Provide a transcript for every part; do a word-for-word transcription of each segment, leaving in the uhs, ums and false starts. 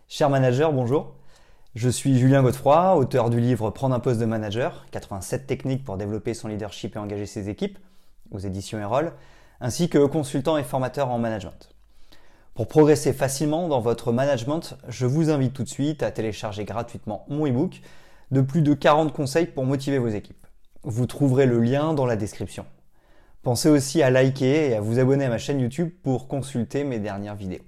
Cher manager, bonjour. Je suis Julien Godefroy, auteur du livre Prendre un poste de manager, quatre-vingt-sept techniques pour développer son leadership et engager ses équipes, aux éditions Erol, ainsi que consultant et formateur en management. Pour progresser facilement dans votre management, je vous invite tout de suite à télécharger gratuitement mon e-book de plus de quarante conseils pour motiver vos équipes. Vous trouverez le lien dans la description. Pensez aussi à liker et à vous abonner à ma chaîne YouTube pour consulter mes dernières vidéos.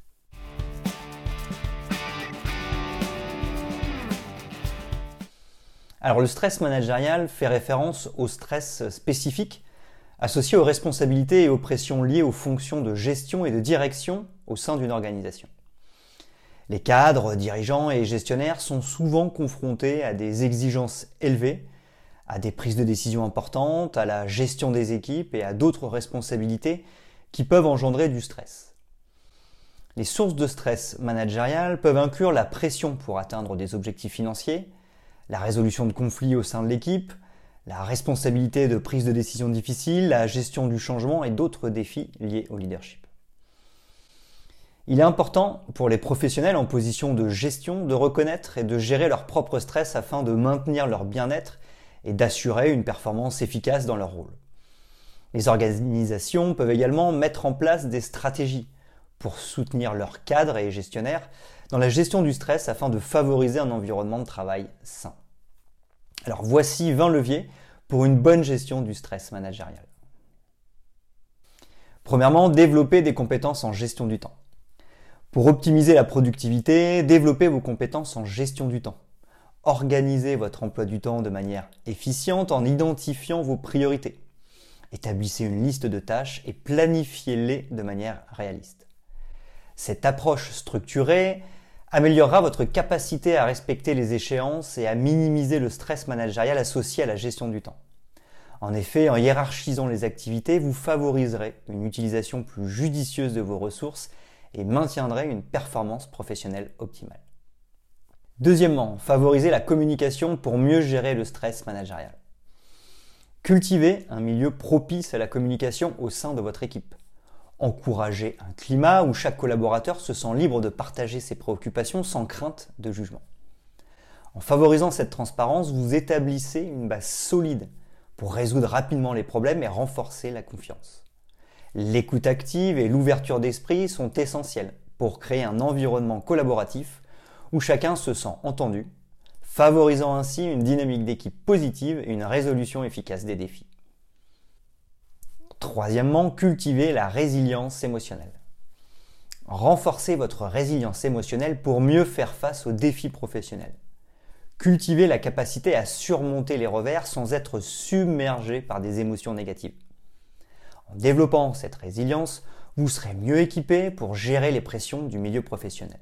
Alors le stress managérial fait référence au stress spécifique associé aux responsabilités et aux pressions liées aux fonctions de gestion et de direction au sein d'une organisation. Les cadres, dirigeants et gestionnaires sont souvent confrontés à des exigences élevées, à des prises de décision importantes, à la gestion des équipes et à d'autres responsabilités qui peuvent engendrer du stress. Les sources de stress managérial peuvent inclure la pression pour atteindre des objectifs financiers, la résolution de conflits au sein de l'équipe, la responsabilité de prise de décisions difficiles, la gestion du changement et d'autres défis liés au leadership. Il est important pour les professionnels en position de gestion de reconnaître et de gérer leur propre stress afin de maintenir leur bien-être et d'assurer une performance efficace dans leur rôle. Les organisations peuvent également mettre en place des stratégies pour soutenir leurs cadres et gestionnaires dans la gestion du stress afin de favoriser un environnement de travail sain. Alors voici vingt leviers pour une bonne gestion du stress managérial. Premièrement, développer des compétences en gestion du temps. Pour optimiser la productivité, développez vos compétences en gestion du temps. Organisez votre emploi du temps de manière efficiente en identifiant vos priorités. Établissez une liste de tâches et planifiez-les de manière réaliste. Cette approche structurée améliorera votre capacité à respecter les échéances et à minimiser le stress managérial associé à la gestion du temps. En effet, en hiérarchisant les activités, vous favoriserez une utilisation plus judicieuse de vos ressources et maintiendrez une performance professionnelle optimale. Deuxièmement, favorisez la communication pour mieux gérer le stress managérial. Cultivez un milieu propice à la communication au sein de votre équipe. Encouragez un climat où chaque collaborateur se sent libre de partager ses préoccupations sans crainte de jugement. En favorisant cette transparence, vous établissez une base solide pour résoudre rapidement les problèmes et renforcer la confiance. L'écoute active et l'ouverture d'esprit sont essentielles pour créer un environnement collaboratif où chacun se sent entendu, favorisant ainsi une dynamique d'équipe positive et une résolution efficace des défis. Troisièmement, cultivez la résilience émotionnelle. Renforcez votre résilience émotionnelle pour mieux faire face aux défis professionnels. Cultivez la capacité à surmonter les revers sans être submergé par des émotions négatives. En développant cette résilience, vous serez mieux équipé pour gérer les pressions du milieu professionnel.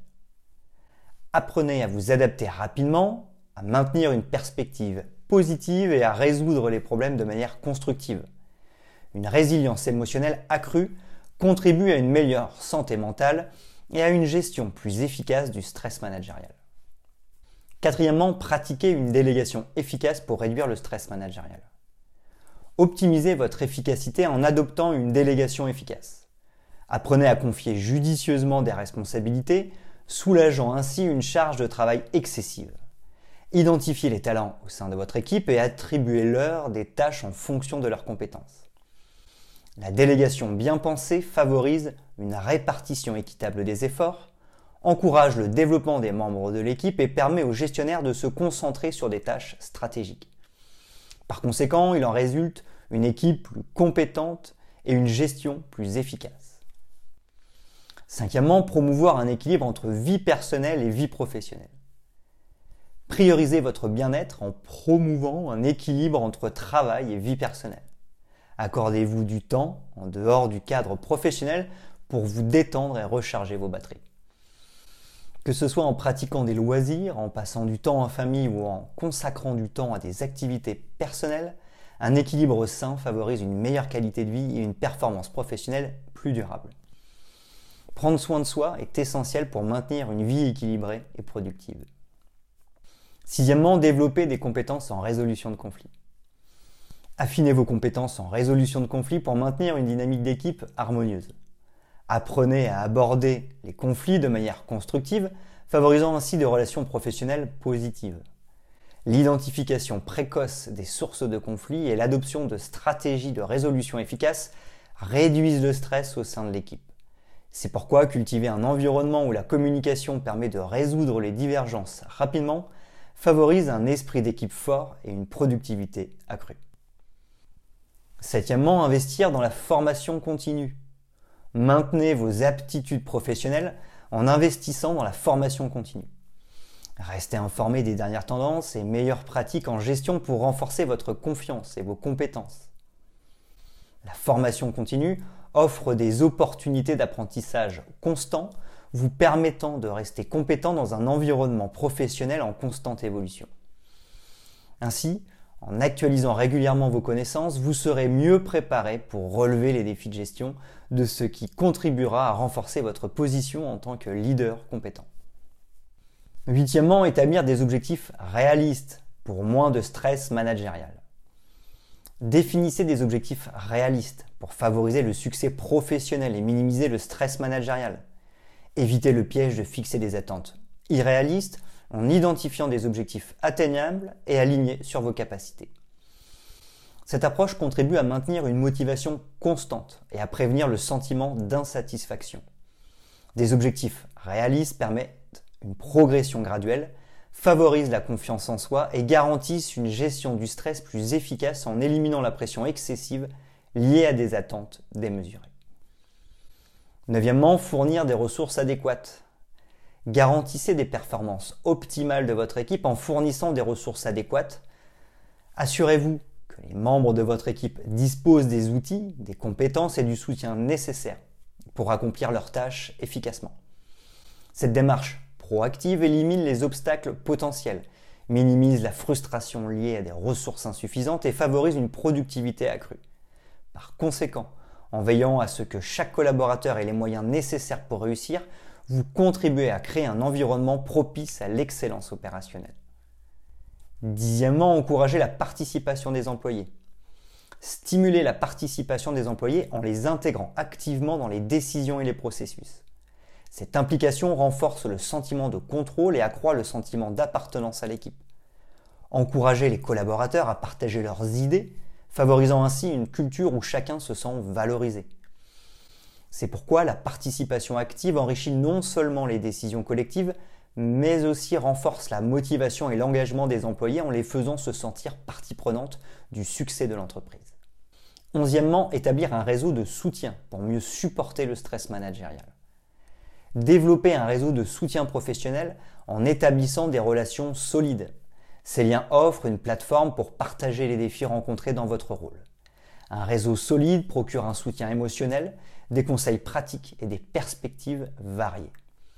Apprenez à vous adapter rapidement, à maintenir une perspective positive et à résoudre les problèmes de manière constructive. Une résilience émotionnelle accrue contribue à une meilleure santé mentale et à une gestion plus efficace du stress managérial. Quatrièmement, pratiquez une délégation efficace pour réduire le stress managérial. Optimisez votre efficacité en adoptant une délégation efficace. Apprenez à confier judicieusement des responsabilités, soulageant ainsi une charge de travail excessive. Identifiez les talents au sein de votre équipe et attribuez-leur des tâches en fonction de leurs compétences. La délégation bien pensée favorise une répartition équitable des efforts, encourage le développement des membres de l'équipe et permet aux gestionnaires de se concentrer sur des tâches stratégiques. Par conséquent, il en résulte une équipe plus compétente et une gestion plus efficace. Cinquièmement, promouvoir un équilibre entre vie personnelle et vie professionnelle. Priorisez votre bien-être en promouvant un équilibre entre travail et vie personnelle. Accordez-vous du temps en dehors du cadre professionnel pour vous détendre et recharger vos batteries. Que ce soit en pratiquant des loisirs, en passant du temps en famille ou en consacrant du temps à des activités personnelles, un équilibre sain favorise une meilleure qualité de vie et une performance professionnelle plus durable. Prendre soin de soi est essentiel pour maintenir une vie équilibrée et productive. Sixièmement, développer des compétences en résolution de conflits. Affinez vos compétences en résolution de conflits pour maintenir une dynamique d'équipe harmonieuse. Apprenez à aborder les conflits de manière constructive favorisant ainsi des relations professionnelles positives. L'identification précoce des sources de conflits et l'adoption de stratégies de résolution efficaces réduisent le stress au sein de l'équipe. C'est pourquoi cultiver un environnement où la communication permet de résoudre les divergences rapidement favorise un esprit d'équipe fort et une productivité accrue. Septièmement, investir dans la formation continue. Maintenez vos aptitudes professionnelles en investissant dans la formation continue. Restez informé des dernières tendances et meilleures pratiques en gestion pour renforcer votre confiance et vos compétences. La formation continue offre des opportunités d'apprentissage constant, vous permettant de rester compétent dans un environnement professionnel en constante évolution. Ainsi, en actualisant régulièrement vos connaissances, vous serez mieux préparé pour relever les défis de gestion, de ce qui contribuera à renforcer votre position en tant que leader compétent. Huitièmement, établir des objectifs réalistes pour moins de stress managérial. Définissez des objectifs réalistes pour favoriser le succès professionnel et minimiser le stress managérial. Évitez le piège de fixer des attentes irréalistes en identifiant des objectifs atteignables et alignés sur vos capacités. Cette approche contribue à maintenir une motivation constante et à prévenir le sentiment d'insatisfaction. Des objectifs réalistes permettent une progression graduelle, favorisent la confiance en soi et garantissent une gestion du stress plus efficace en éliminant la pression excessive liée à des attentes démesurées. Neuvièmement, fournir des ressources adéquates. Garantissez des performances optimales de votre équipe en fournissant des ressources adéquates. Assurez-vous que les membres de votre équipe disposent des outils, des compétences et du soutien nécessaires pour accomplir leurs tâches efficacement. Cette démarche proactive élimine les obstacles potentiels, minimise la frustration liée à des ressources insuffisantes et favorise une productivité accrue. Par conséquent, en veillant à ce que chaque collaborateur ait les moyens nécessaires pour réussir, vous contribuez à créer un environnement propice à l'excellence opérationnelle. Dixièmement, encourager la participation des employés. Stimuler la participation des employés en les intégrant activement dans les décisions et les processus. Cette implication renforce le sentiment de contrôle et accroît le sentiment d'appartenance à l'équipe. Encourager les collaborateurs à partager leurs idées, favorisant ainsi une culture où chacun se sent valorisé. C'est pourquoi la participation active enrichit non seulement les décisions collectives, mais aussi renforce la motivation et l'engagement des employés en les faisant se sentir partie prenante du succès de l'entreprise. Onzièmement, établir un réseau de soutien pour mieux supporter le stress managérial. Développer un réseau de soutien professionnel en établissant des relations solides. Ces liens offrent une plateforme pour partager les défis rencontrés dans votre rôle. Un réseau solide procure un soutien émotionnel, des conseils pratiques et des perspectives variées.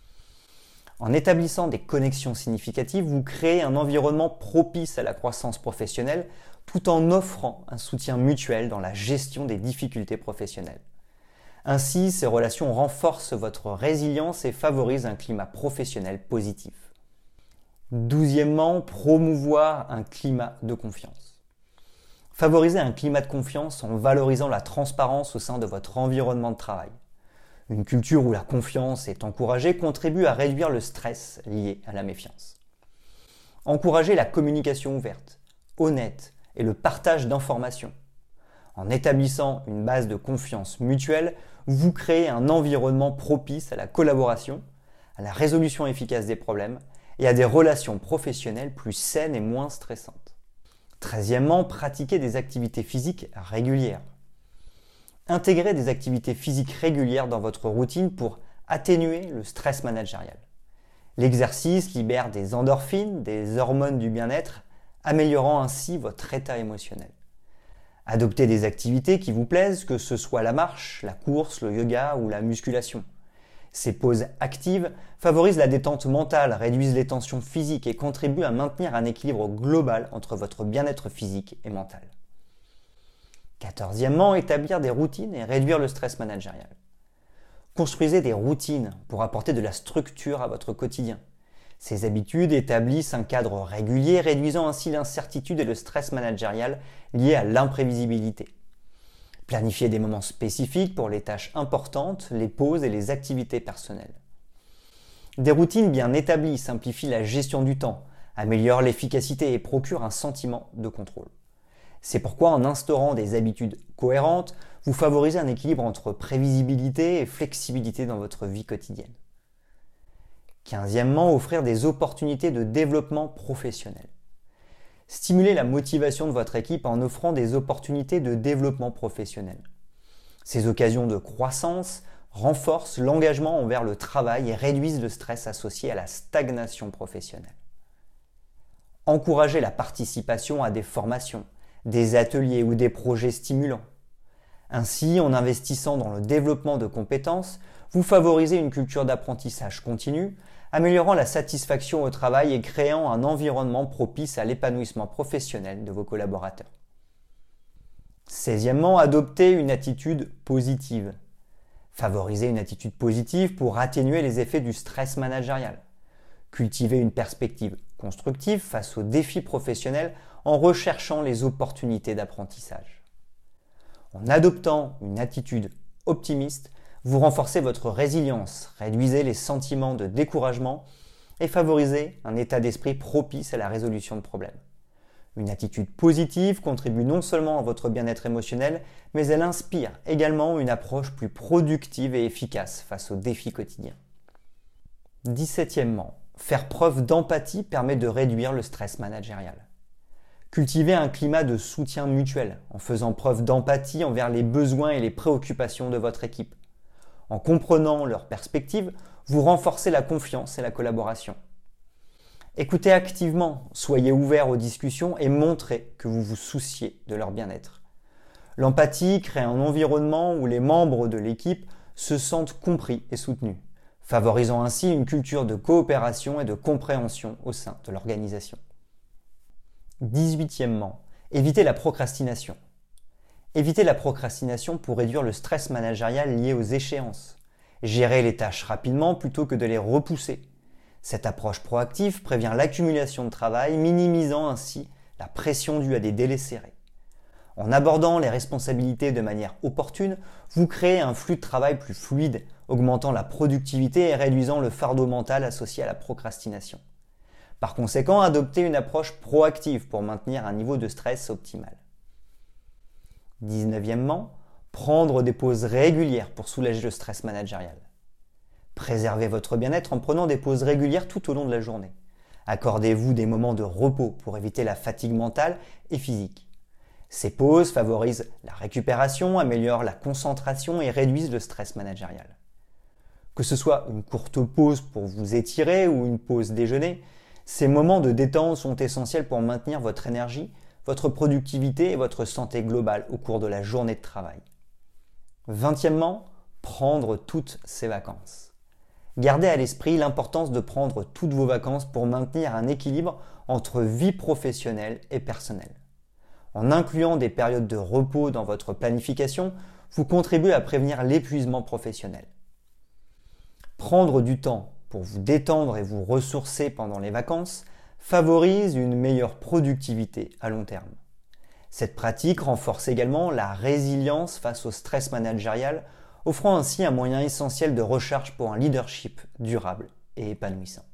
En établissant des connexions significatives, vous créez un environnement propice à la croissance professionnelle tout en offrant un soutien mutuel dans la gestion des difficultés professionnelles. Ainsi, ces relations renforcent votre résilience et favorisent un climat professionnel positif. Douzièmement, promouvoir un climat de confiance. Favorisez un climat de confiance en valorisant la transparence au sein de votre environnement de travail. Une culture où la confiance est encouragée contribue à réduire le stress lié à la méfiance. Encouragez la communication ouverte, honnête et le partage d'informations. En établissant une base de confiance mutuelle, vous créez un environnement propice à la collaboration, à la résolution efficace des problèmes et à des relations professionnelles plus saines et moins stressantes. Treizièmement, pratiquez des activités physiques régulières. Intégrez des activités physiques régulières dans votre routine pour atténuer le stress managérial. L'exercice libère des endorphines, des hormones du bien-être, améliorant ainsi votre état émotionnel. Adoptez des activités qui vous plaisent, que ce soit la marche, la course, le yoga ou la musculation. Ces pauses actives favorisent la détente mentale, réduisent les tensions physiques et contribuent à maintenir un équilibre global entre votre bien-être physique et mental. Quatorzièmement, établir des routines et réduire le stress managérial. Construisez des routines pour apporter de la structure à votre quotidien. Ces habitudes établissent un cadre régulier, réduisant ainsi l'incertitude et le stress managérial liés à l'imprévisibilité. Planifiez des moments spécifiques pour les tâches importantes, les pauses et les activités personnelles. Des routines bien établies simplifient la gestion du temps, améliorent l'efficacité et procurent un sentiment de contrôle. C'est pourquoi en instaurant des habitudes cohérentes, vous favorisez un équilibre entre prévisibilité et flexibilité dans votre vie quotidienne. Quinzièmement, offrir des opportunités de développement professionnel. Stimulez la motivation de votre équipe en offrant des opportunités de développement professionnel. Ces occasions de croissance renforcent l'engagement envers le travail et réduisent le stress associé à la stagnation professionnelle. Encouragez la participation à des formations, des ateliers ou des projets stimulants. Ainsi, en investissant dans le développement de compétences, vous favorisez une culture d'apprentissage continu, améliorant la satisfaction au travail et créant un environnement propice à l'épanouissement professionnel de vos collaborateurs. Seizièmement, adoptez une attitude positive. Favorisez une attitude positive pour atténuer les effets du stress managérial. Cultivez une perspective constructive face aux défis professionnels en recherchant les opportunités d'apprentissage. En adoptant une attitude optimiste, vous renforcez votre résilience, réduisez les sentiments de découragement et favorisez un état d'esprit propice à la résolution de problèmes. Une attitude positive contribue non seulement à votre bien-être émotionnel, mais elle inspire également une approche plus productive et efficace face aux défis quotidiens. dix-septièmement, faire preuve d'empathie permet de réduire le stress managérial. Cultivez un climat de soutien mutuel en faisant preuve d'empathie envers les besoins et les préoccupations de votre équipe. En comprenant leurs perspectives, vous renforcez la confiance et la collaboration. Écoutez activement, soyez ouverts aux discussions et montrez que vous vous souciez de leur bien-être. L'empathie crée un environnement où les membres de l'équipe se sentent compris et soutenus, favorisant ainsi une culture de coopération et de compréhension au sein de l'organisation. dix-huitièmement, évitez la procrastination. Évitez la procrastination pour réduire le stress managérial lié aux échéances. Gérez les tâches rapidement plutôt que de les repousser. Cette approche proactive prévient l'accumulation de travail, minimisant ainsi la pression due à des délais serrés. En abordant les responsabilités de manière opportune, vous créez un flux de travail plus fluide, augmentant la productivité et réduisant le fardeau mental associé à la procrastination. Par conséquent, adoptez une approche proactive pour maintenir un niveau de stress optimal. dix-neuvièmement, prendre des pauses régulières pour soulager le stress managérial. Préservez votre bien-être en prenant des pauses régulières tout au long de la journée. Accordez-vous des moments de repos pour éviter la fatigue mentale et physique. Ces pauses favorisent la récupération, améliorent la concentration et réduisent le stress managérial. Que ce soit une courte pause pour vous étirer ou une pause déjeuner, ces moments de détente sont essentiels pour maintenir votre énergie, votre productivité et votre santé globale au cours de la journée de travail. Vingtièmement, prendre toutes ses vacances. Gardez à l'esprit l'importance de prendre toutes vos vacances pour maintenir un équilibre entre vie professionnelle et personnelle. En incluant des périodes de repos dans votre planification, vous contribuez à prévenir l'épuisement professionnel. Prendre du temps pour vous détendre et vous ressourcer pendant les vacances favorise une meilleure productivité à long terme. Cette pratique renforce également la résilience face au stress managérial, offrant ainsi un moyen essentiel de recharge pour un leadership durable et épanouissant.